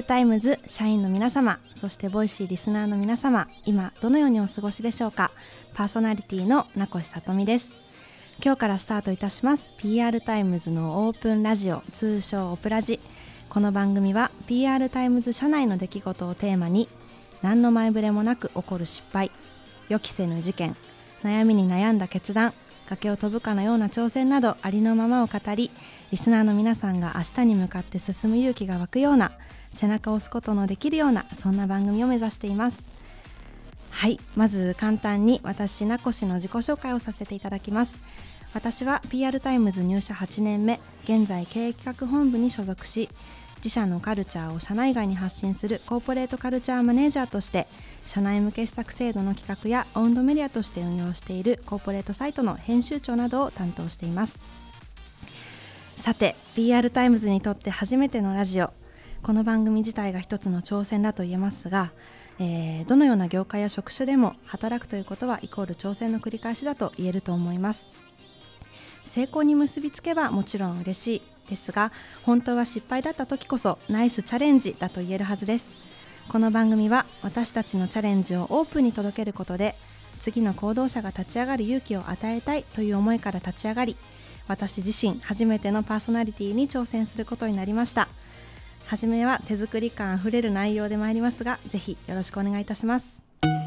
PR タイムズ社員の皆様、そしてボイシーリスナーの皆様、今どのようにお過ごしでしょうか。パーソナリティの名越さとみです。今日からスタートいたします PR タイムズのオープンラジオ、通称オプラジ。この番組は PR タイムズ社内の出来事をテーマに、何の前触れもなく起こる失敗、予期せぬ事件、悩みに悩んだ決断、崖を飛ぶかのような挑戦など、ありのままを語り、リスナーの皆さんが明日に向かって進む勇気が湧くような、背中を押すことのできるような、そんな番組を目指しています。はい、まず簡単に私名越の自己紹介をさせていただきます。私は PR タイムズ入社8年目、現在経営企画本部に所属し、自社のカルチャーを社内外に発信するコーポレートカルチャーマネージャーとして、社内向け施策制度の企画やオウンドメディアとして運用しているコーポレートサイトの編集長などを担当しています。さて、 PR タイムズにとって初めてのラジオ、この番組自体が一つの挑戦だと言えますが、どのような業界や職種でも働くということはイコール挑戦の繰り返しだと言えると思います。成功に結びつけばもちろん嬉しいですが、本当は失敗だった時こそナイスチャレンジだと言えるはずです。この番組は私たちのチャレンジをオープンに届けることで、次の行動者が立ち上がる勇気を与えたいという思いから立ち上がり、私自身初めてのパーソナリティに挑戦することになりました。はじめは手作り感あふれる内容で参りますが、ぜひよろしくお願いいたします。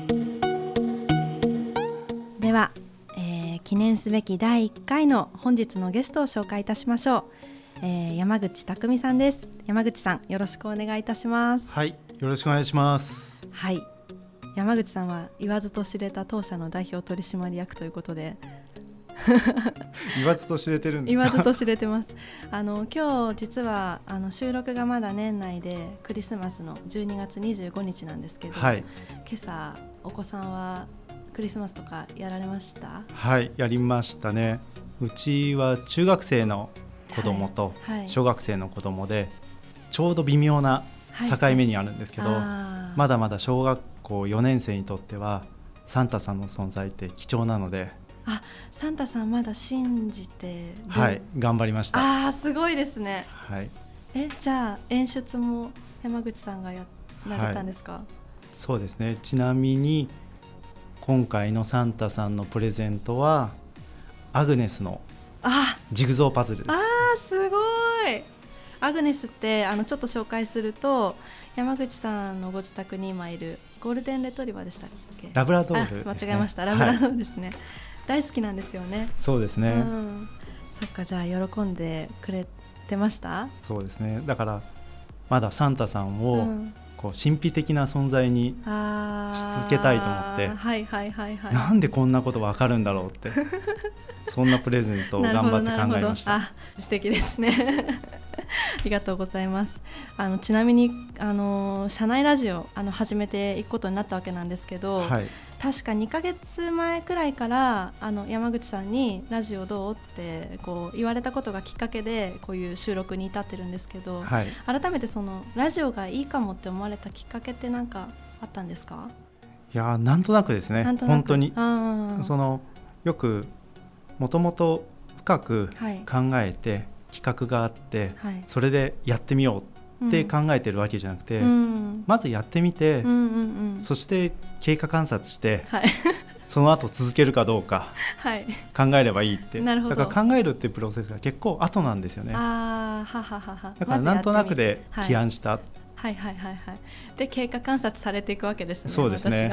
では、記念すべき第1回の本日のゲストを紹介いたしましょう。山口匠さんです。山口さん、よろしくお願いいたします。 はい、よろしくお願いします。 はい、山口さんは言わずと知れた当社の代表取締役ということで言わずと知れてるんですか？ 言わずと知れてます。今日実は収録がまだ年内でクリスマスの12月25日なんですけど、はい、今朝お子さんはクリスマスとかやられました？ はい、やりましたね。うちは中学生の子供と小学生の子供で、ちょうど微妙な境目にあるんですけど、まだまだ小学校4年生にとってはサンタさんの存在って貴重なので、 サンタさんまだ信じてる？ はい、頑張りました。 すごいですね。 はい、 じゃあ演出も山口さんがやられたんですか？はい、 そうですね。ちなみに今回のサンタさんのプレゼントはアグネスのジグゾーパズルです。 すごい。アグネスってちょっと紹介すると、山口さんのご自宅に今いるゴールデンレトリバーでしたっけ？ ラブラドールですね。 間違えました、ラブラドールですね。大好きなんですよね。 そうですね、 そっか、じゃあ喜んでくれてました？ そうですね。だからまだサンタさんをこう神秘的な存在にし続けたいと思って、なんでこんなこと分かるんだろうってそんなプレゼントを頑張って考えました。 素敵ですねありがとうございます。ちなみに社内ラジオ始めていくことになったわけなんですけど、はい、確か2ヶ月前くらいから山口さんにラジオどうってこう言われたことがきっかけで、こういう収録に至ってるんですけど、はい、改めてそのラジオがいいかもって思われたきっかけって何かあったんですか？ いや、なんとなくですね。本当によくもともと深く考えて、企画があって、はい、それでやってみようって考えてるわけじゃなくて、まずやってみて、そして経過観察して、はい、その後続けるかどうか考えればいいって、だから考えるっていうプロセスが結構後なんですよね。だからなんとなくで起案した、 で経過観察されていくわけですね。 そうですね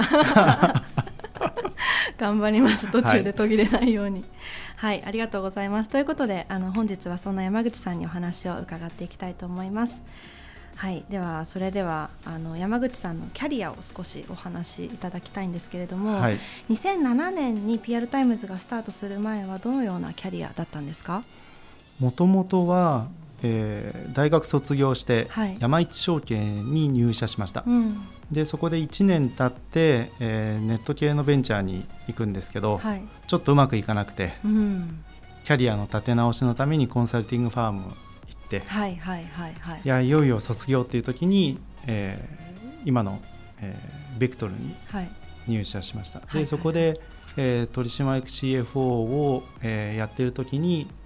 頑張ります。途中で途切れないように。はい、ありがとうございます。ということで本日はそんな山口さんにお話を伺っていきたいと思います。はい、それでは山口さんのキャリアを少しお話しいただきたいんですけれども、はい、2007年に PR タイムズがスタートする前はどのようなキャリアだったんですか？ もともとは、大学卒業して山一証券に入社しました。でそこで1年経って、ネット系のベンチャーに行くんですけど、ちょっとうまくいかなくて、キャリアの立て直しのためにコンサルティングファーム行って、いよいよ卒業っていう時に、今の、ベクトルに入社しました。でそこで、取締役 CFO を、やっている時に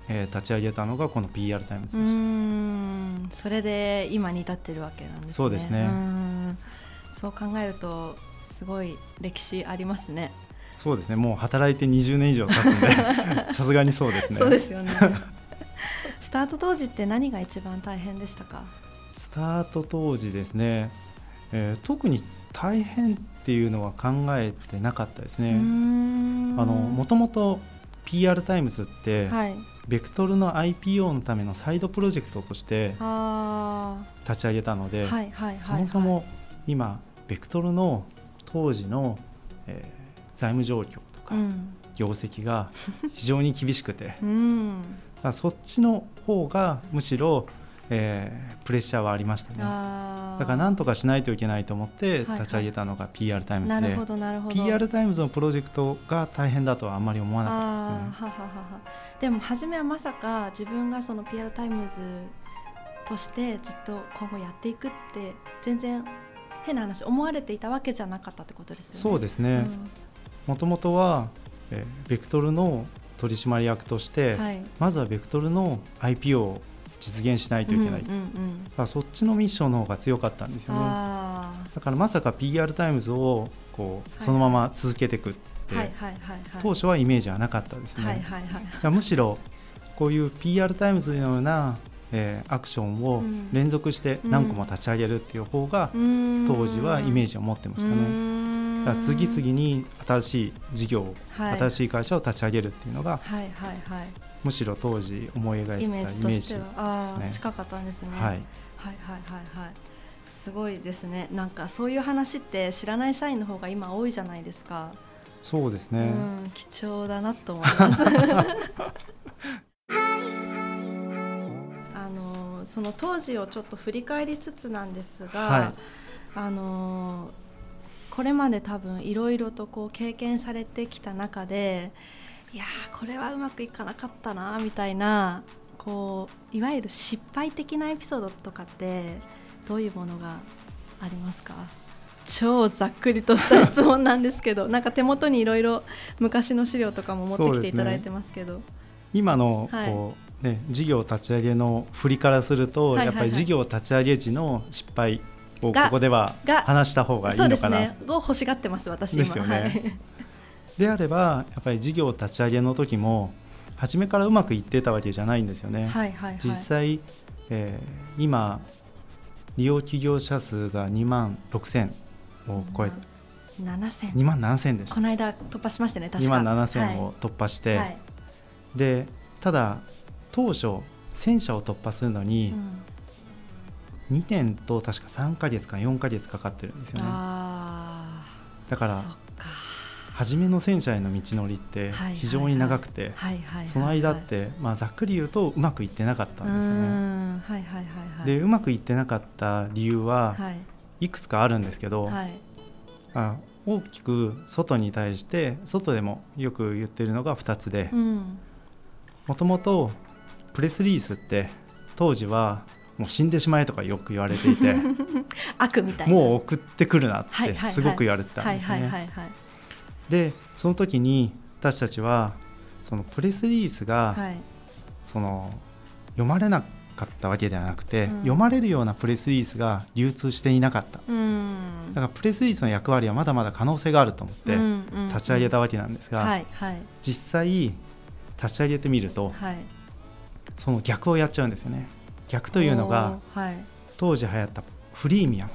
立ち上げたのがこの PR タイムズでした。それで今に至ってるわけなんですね。 そうですね。 そう考えるとすごい歴史ありますね。 そうですね、もう働いて20年以上経つんでさすがにそうですね。 そうですよねスタート当時って何が一番大変でしたか？ スタート当時ですね、特に大変っていうのは考えてなかったですね。もともと PR タイムズって、はい、ベクトルの IPO のためのサイドプロジェクトとして立ち上げたので、そもそも今ベクトルの当時の、財務状況とか、業績が非常に厳しくて、そっちの方がむしろ、プレッシャーはありましたね。だから何とかしないといけないと思って立ち上げたのが PR タイムズで、PR タイムズのプロジェクトが大変だとはあんまり思わなかったですね。 でも初めはまさか自分がその PR タイムズとしてずっと今後やっていくって全然変な話思われていたわけじゃなかったってことですよね。 そうですね、もともとは、ベクトルの取締役として、まずはベクトルの IPO を実現しないといけない、そっちのミッションの方が強かったんですよね。だからまさか PR タイムズをこうそのまま続けていくって当初はイメージはなかったですね。むしろこういう PR タイムズのような、アクションを連続して何個も立ち上げるっていう方が、当時はイメージを持ってましたね。だから次々に新しい事業、新しい会社を立ち上げるっていうのが、むしろ当時思い描いたイメージですね。 近かったんですね。すごいですね。なんかそういう話って知らない社員の方が今多いじゃないですか。 そうですね、 貴重だなと思いますその当時をちょっと振り返りつつなんですが、これまで多分いろいろとこう経験されてきた中で、いやこれはうまくいかなかったなみたいな、こういわゆる失敗的なエピソードとかってどういうものがありますか？超ざっくりとした質問なんですけどなんか手元にいろいろ昔の資料とかも持ってきていただいてますけど、 今のこう、事業立ち上げの振りからすると、やっぱり事業立ち上げ時の失敗をここでは話した方がいいのかな。 そうですね、欲しがってます私今ですよね。であればやっぱり事業立ち上げの時も初めからうまくいってたわけじゃないんですよね。実際、今利用企業者数が2万6000を超えて2万7000でした。 この間突破しましたね。確か 2万7000を突破して、でただ当初1000社を突破するのに、2年と確か3ヶ月か4ヶ月かかってるんですよね。だから初めの1000社への道のりって非常に長くて、その間って、ざっくり言うとうまくいってなかったんですよね。でうまくいってなかった理由はいくつかあるんですけど、大きく外に対して外でもよく言ってるのが2つで、もともとプレスリリースって当時はもう死んでしまえとかよく言われていて悪みたいな、 もう送ってくるなってすごく言われてたんですね。でその時に私たちはそのプレスリリースが、その読まれなかったわけではなくて、読まれるようなプレスリリースが流通していなかった、だからプレスリリースの役割はまだまだ可能性があると思って立ち上げたわけなんですが、実際立ち上げてみると、その逆をやっちゃうんですよね。逆というのが、当時流行ったフリーミアム、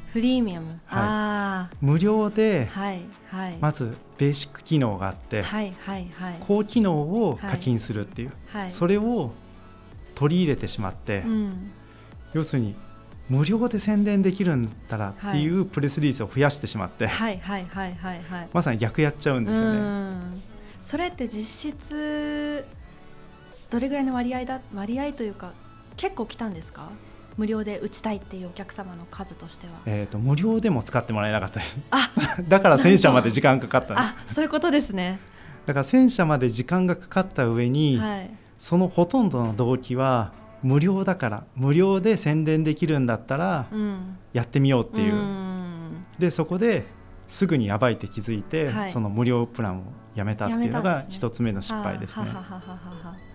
無料で、まずベーシック機能があって、高機能を課金するっていう、それを取り入れてしまって、要するに無料で宣伝できるんだったらっていうプレスリリースを増やしてしまって、まさに逆やっちゃうんですよね。 それって実質どれぐらいの割合というか結構来たんですか？無料で打ちたいっていうお客様の数としては。 無料でも使ってもらえなかっただから1000社まで時間かかったんです。 そういうことですね。 だから1000社まで時間がかかった上に、そのほとんどの動機は無料だから、無料で宣伝できるんだったらやってみようっていう、でそこですぐにやばいって気づいて、その無料プランをやめたっていうのが一つ目の失敗ですね。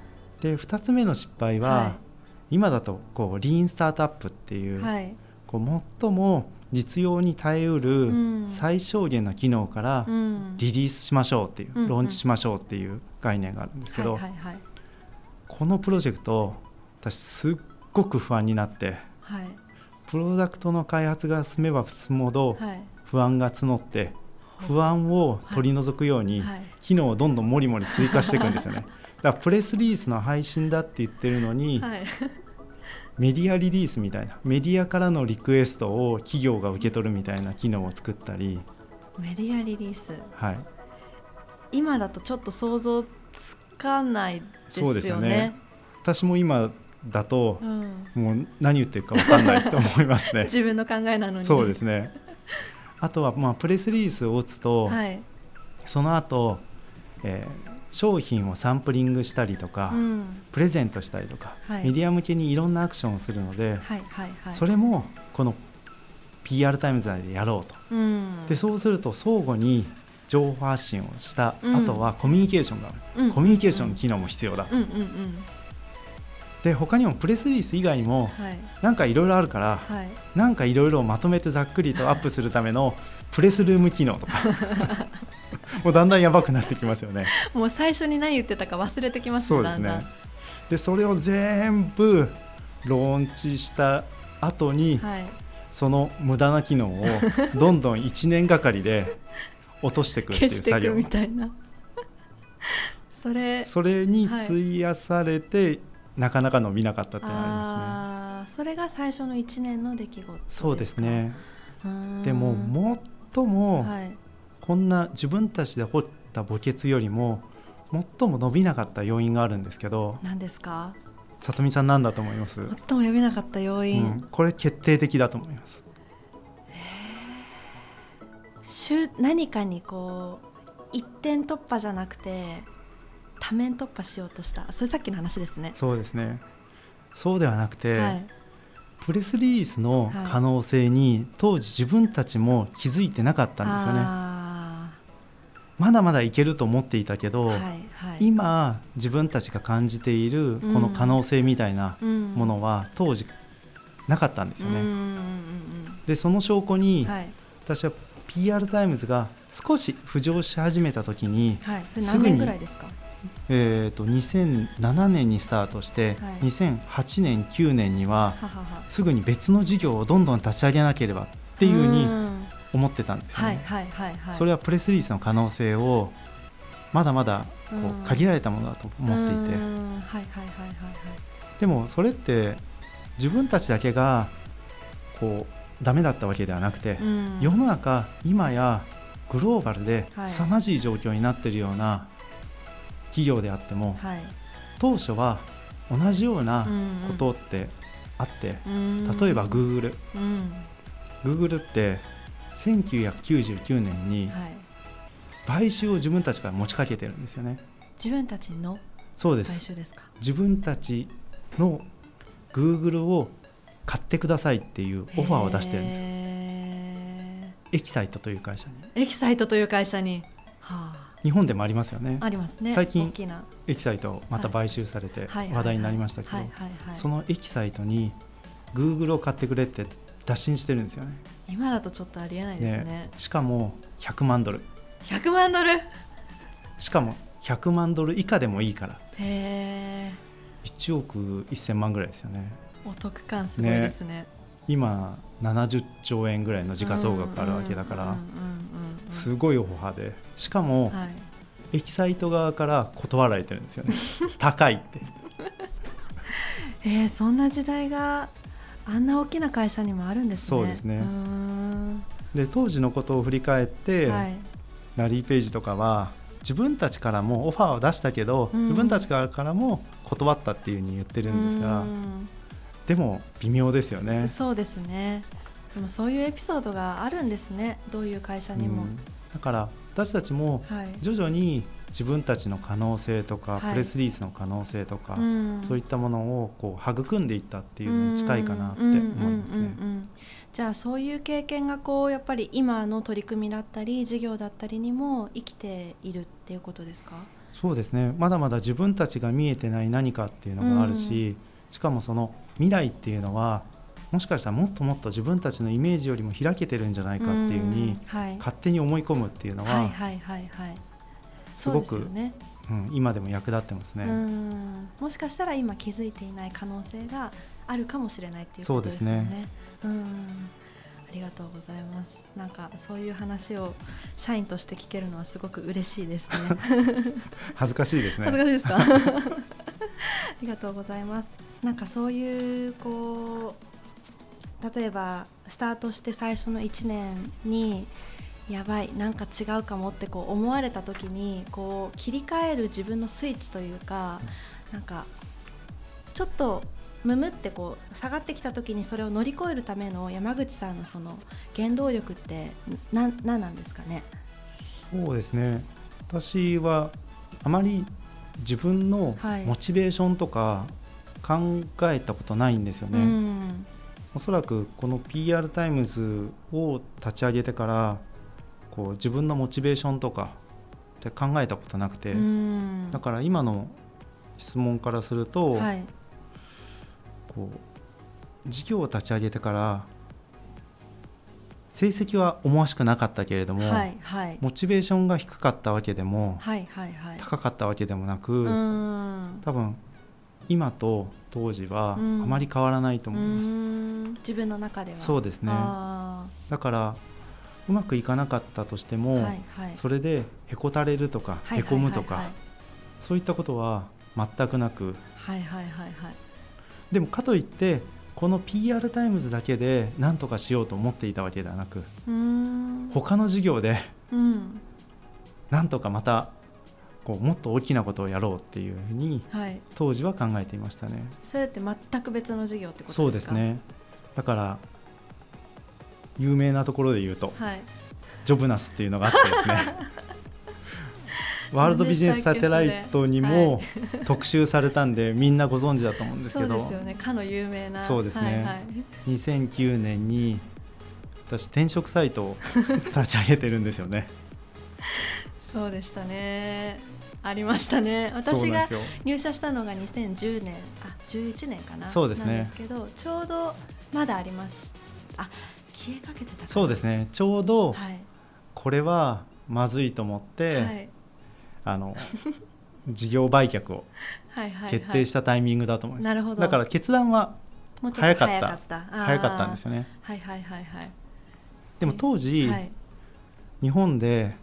で2つ目の失敗は、はい、今だとこうリーンスタートアップっていう、はい、こう最も実用に耐えうる最小限の機能からリリースしましょうっていう、ローンチしましょうっていう概念があるんですけど、このプロジェクト私すっごく不安になって、はい、プロダクトの開発が進めば進むほど不安が募って、不安を取り除くように機能をどんどんもりもり追加していくんですよね。だからプレスリリースの配信だって言ってるのに、はい、メディアリリースみたいな、メディアからのリクエストを企業が受け取るみたいな機能を作ったり。 メディアリリース、 はい、 今だとちょっと想像つかないですよね。そうですよね。 私も今だと、もう何言ってるか分かんないと思いますね。 自分の考えなのに。 そうですね。あとはプレスリリースを打つと、はい、その後、商品をサンプリングしたりとか、プレゼントしたりとか、はい、メディア向けにいろんなアクションをするので、それもこの PR タイムズ内でやろうと、でそうすると相互に情報発信をした、あとはコミュニケーションがある、コミュニケーションの機能も必要だ、で他にもプレスリリース以外にもなんかいろいろあるから、なんかいろいろまとめてざっくりとアップするためのプレスルーム機能とかもうだんだんやばくなってきますよね。 もう最初に何言ってたか忘れてきます。 そうですね。だんだんでそれを全部ローンチした後に、その無駄な機能をどんどん1年がかりで落としていくっていう作業消していくみたいなそれに費やされて、なかなか伸びなかったってなりますね。それが最初の1年の出来事ですか。 そうですね。でも最も、こんな自分たちで掘った墓穴よりも最も伸びなかった要因があるんですけど。 何ですか？ 里見さん何だと思います？ 最も伸びなかった要因、 これ決定的だと思います。 何かにこう一点突破じゃなくて多面突破しようとした、それさっきの話ですね。 そうですね。そうではなくて、プレスリリースの可能性に当時自分たちも気づいてなかったんですよね。まだまだいけると思っていたけど、今自分たちが感じているこの可能性みたいなものは当時なかったんですよね。でその証拠に、私は PR タイムズが少し浮上し始めた時に、 それ何年ぐらいですか ？2007年にスタートして、2008年9年にはすぐに別の事業をどんどん立ち上げなければっていうふうに思ってたんですよね。それはプレスリリースの可能性をまだまだこう限られたものだと思っていて、でもそれって自分たちだけがこうダメだったわけではなくて、世の中今やグローバルで凄まじい状況になっているような企業であっても、当初は同じようなことってあって、例えば Google って1999年に買収を自分たちから持ちかけてるんですよね。 自分たちの買収ですか？ 自分たちの Google を買ってくださいっていうオファーを出してるんですよ。エキサイトという会社に。 エキサイトという会社に、 日本でもありますよね。 ありますね。 最近エキサイトまた買収されて話題になりましたけど、そのエキサイトに Google を買ってくれって打診してるんですよね。 今だとちょっとありえないですね。 しかも100万ドル。 100万ドル。 しかも100万ドル以下でもいいから。1億1000万ぐらいですよね。 お得感すごいですね。 今70兆円ぐらいの時価総額あるわけだから、すごいオファーで、しかも、エキサイト側から断られてるんですよね。高いって。 そんな時代があんな大きな会社にもあるんですね。 そうですね。で当時のことを振り返って、ラリー・ペイジとかは自分たちからもオファーを出したけど、自分たちからも断ったっていう風に言ってるんですが、でも微妙ですよね。 そうですね。でもそういうエピソードがあるんですね。どういう会社にも。 だから私たちも徐々に自分たちの可能性とか、プレスリリースの可能性とか、そういったものをこう育んでいったっていうのに近いかなって思いますね。 じゃあそういう経験がこうやっぱり今の取り組みだったり事業だったりにも生きているっていうことですか？ そうですね、まだまだ自分たちが見えてない何かっていうのがあるし、しかもその未来っていうのはもしかしたらもっともっと自分たちのイメージよりも開けてるんじゃないかっていうふうに勝手に思い込むっていうのはすごく今でも役立ってますね。 もしかしたら今気づいていない可能性があるかもしれないっていうことですよね。ありがとうございます。なんかそういう話を社員として聞けるのはすごく嬉しいですね。 恥ずかしいですね。 恥ずかしいですか？ありがとうございます。なんかそういう例えばスタートして最初の1年にやばいなんか違うかもって思われた時に切り替える自分のスイッチというか、なんかちょっとむむって下がってきた時にそれを乗り越えるための山口さんのその原動力って何なんですかね？ そうですね、私はあまり自分のモチベーションとか考えたことないんですよね。おそらくこの PR タイムズを立ち上げてから自分のモチベーションとかって考えたことなくて、だから今の質問からすると、事業を立ち上げてから成績は思わしくなかったけれども、モチベーションが低かったわけでも、高かったわけでもなく、多分今と当時はあまり変わらないと思います。 自分の中では。 そうですね。だからうまくいかなかったとしても、それでへこたれるとかへこむとか、そういったことは全くなく、でもかといってこの PR タイムズだけで何とかしようと思っていたわけではなく、他の事業で何とかまたもっと大きなことをやろうっていうふうに当時は考えていましたね。 それって全く別の事業ってことですか？ そうですね。だから有名なところで言うと、ジョブナスっていうのがあってですねワールドビジネスサテライトにも特集されたんで、みんなご存知だと思うんですけど。 そうですよね、かの有名な。 そうですね、2009年に私転職サイトを立ち上げてるんですよね。 そうでしたね、ありましたね。私が入社したのが2010年11年かな。そうですね。なんですけど、ちょうどまだありました。消えかけてたかな。そうですね、 ちょうどこれはまずいと思って、事業売却を決定したタイミングだと思います。なるほど。だから決断は早かったんですよね。でも当時、日本で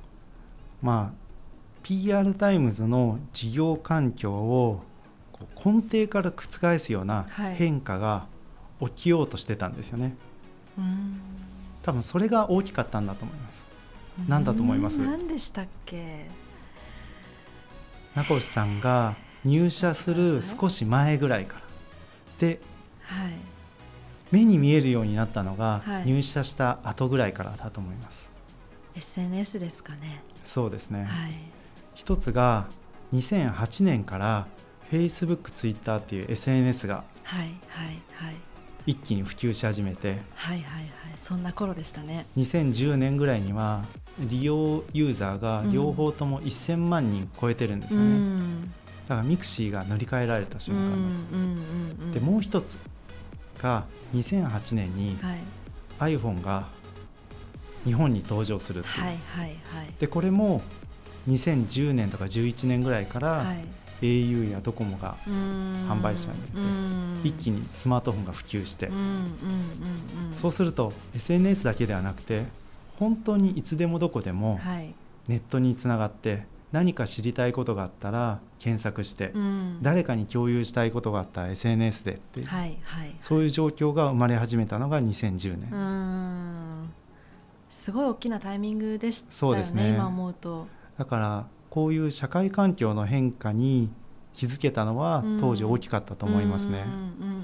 PR タイムズの事業環境を根底から覆すような変化が起きようとしてたんですよね。多分それが大きかったんだと思います。何だと思います？ 何でしたっけ？ 名越さんが入社する少し前ぐらいからで、目に見えるようになったのが入社した後ぐらいからだと思います。 SNS ですかね。 そうですね、一つが2008年から Facebook、Twitter っていう SNS が一気に普及し始めて、 そんな頃でしたね。 2010年ぐらいには利用ユーザーが両方とも1000万人超えてるんですよね。だからミクシーが塗り替えられた瞬間で、もう一つが2008年に iPhone が日本に登場するっていう、でこれも2010年とか11年ぐらいから、au やドコモが販売者になって一気にスマートフォンが普及して、そうすると SNS だけではなくて本当にいつでもどこでもネットにつながって何か知りたいことがあったら検索して、誰かに共有したいことがあったら SNS でっていう、そういう状況が生まれ始めたのが2010年。 すごい大きなタイミングでしたよ ね、今思うと。 だからこういう社会環境の変化に気づけたのは当時大きかったと思いますね。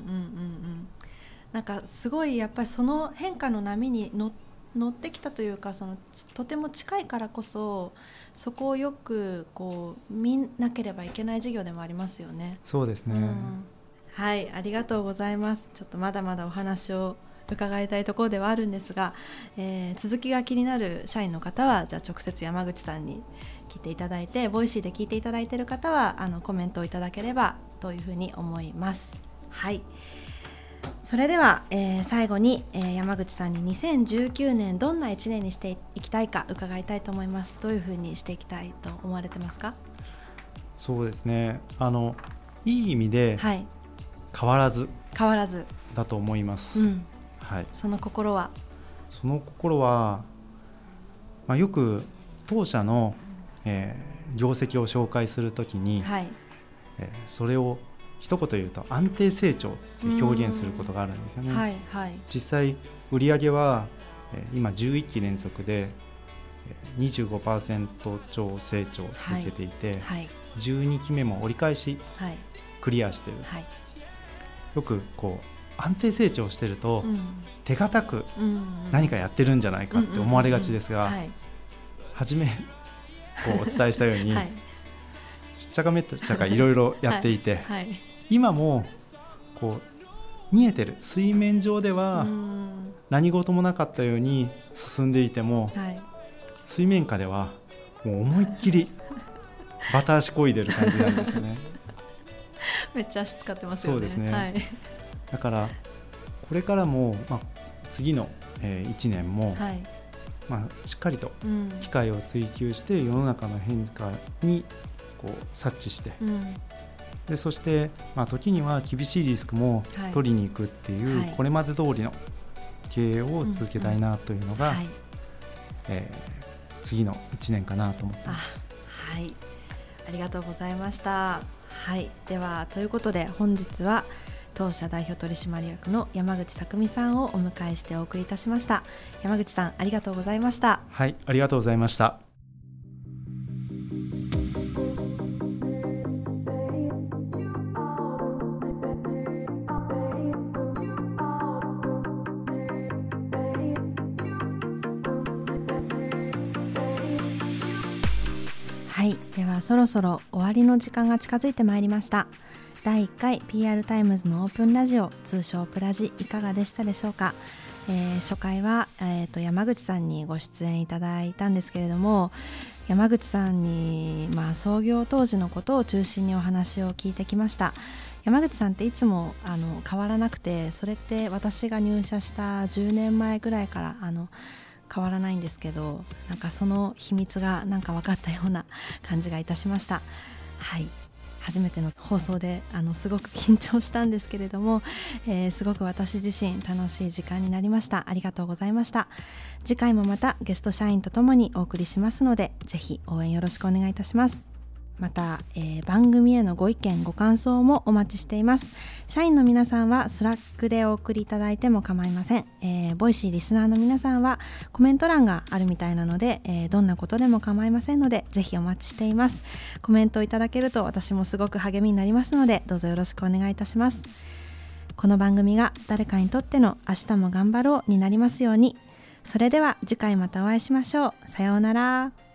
なんかすごいやっぱりその変化の波に乗ってきたというか、とても近いからこそそこをよく見なければいけない事業でもありますよね。 そうですね、 はい、ありがとうございます。ちょっとまだまだお話を伺いたいところではあるんですが、続きが気になる社員の方はじゃあ直接山口さんに聞いていただいて、ボイシーで聞いていただいている方はコメントをいただければというふうに思います。はい、それでは、最後に、山口さんに2019年どんな1年にしていきたいか伺いたいと思います。どういうふうにしていきたいと思われてますか？ そうですね、いい意味で変わらずだと思います、はい、 その心は、 よく当社の、業績を紹介するときに、それを一言言うと安定成長って表現することがあるんですよね。実際売上は、今11期連続で 25% 超成長を続けていて、12期目も折り返しクリアしている、よくこう安定成長してると、手堅く何かやってるんじゃないかって思われがちですが、初めこうお伝えしたように、しっちゃかめっちゃかいろいろやっていて、今もこう見えてる水面上では何事もなかったように進んでいても、水面下ではもう思いっきりバタ足こいでる感じなんですよね。 めっちゃ足使ってますよね。 そうですね、だからこれからも、次の、1年も、しっかりと機会を追求して世の中の変化にこう察知して、でそして、時には厳しいリスクも取りに行くっていう、これまで通りの経営を続けたいなというのが、次の1年かなと思っています。 はい、ありがとうございました。はい、ではということで本日は当社代表取締役の山口匠さんをお迎えしてお送りいたしました。山口さん、ありがとうございました。 はい、ありがとうございました。 はい、ではそろそろ終わりの時間が近づいてまいりました。第1回 PR タイムズのオープンラジオ、通称プラジ、いかがでしたでしょうか？初回は、山口さんにご出演いただいたんですけれども、山口さんに、創業当時のことを中心にお話を聞いてきました。山口さんっていつも変わらなくて、それって私が入社した10年前ぐらいから変わらないんですけど、なんかその秘密がなんか分かったような感じがいたしました。はい、初めての放送ですごく緊張したんですけれども、すごく私自身楽しい時間になりました。ありがとうございました。次回もまたゲスト社員とともにお送りしますので、ぜひ応援よろしくお願いいたします。また、番組へのご意見ご感想もお待ちしています。社員の皆さんはスラックでお送りいただいても構いません。ボイシーリスナーの皆さんはコメント欄があるみたいなので、どんなことでも構いませんので、ぜひお待ちしています。コメントをいただけると私もすごく励みになりますので、どうぞよろしくお願いいたします。この番組が誰かにとっての明日も頑張ろうになりますように。それでは次回またお会いしましょう。さようなら。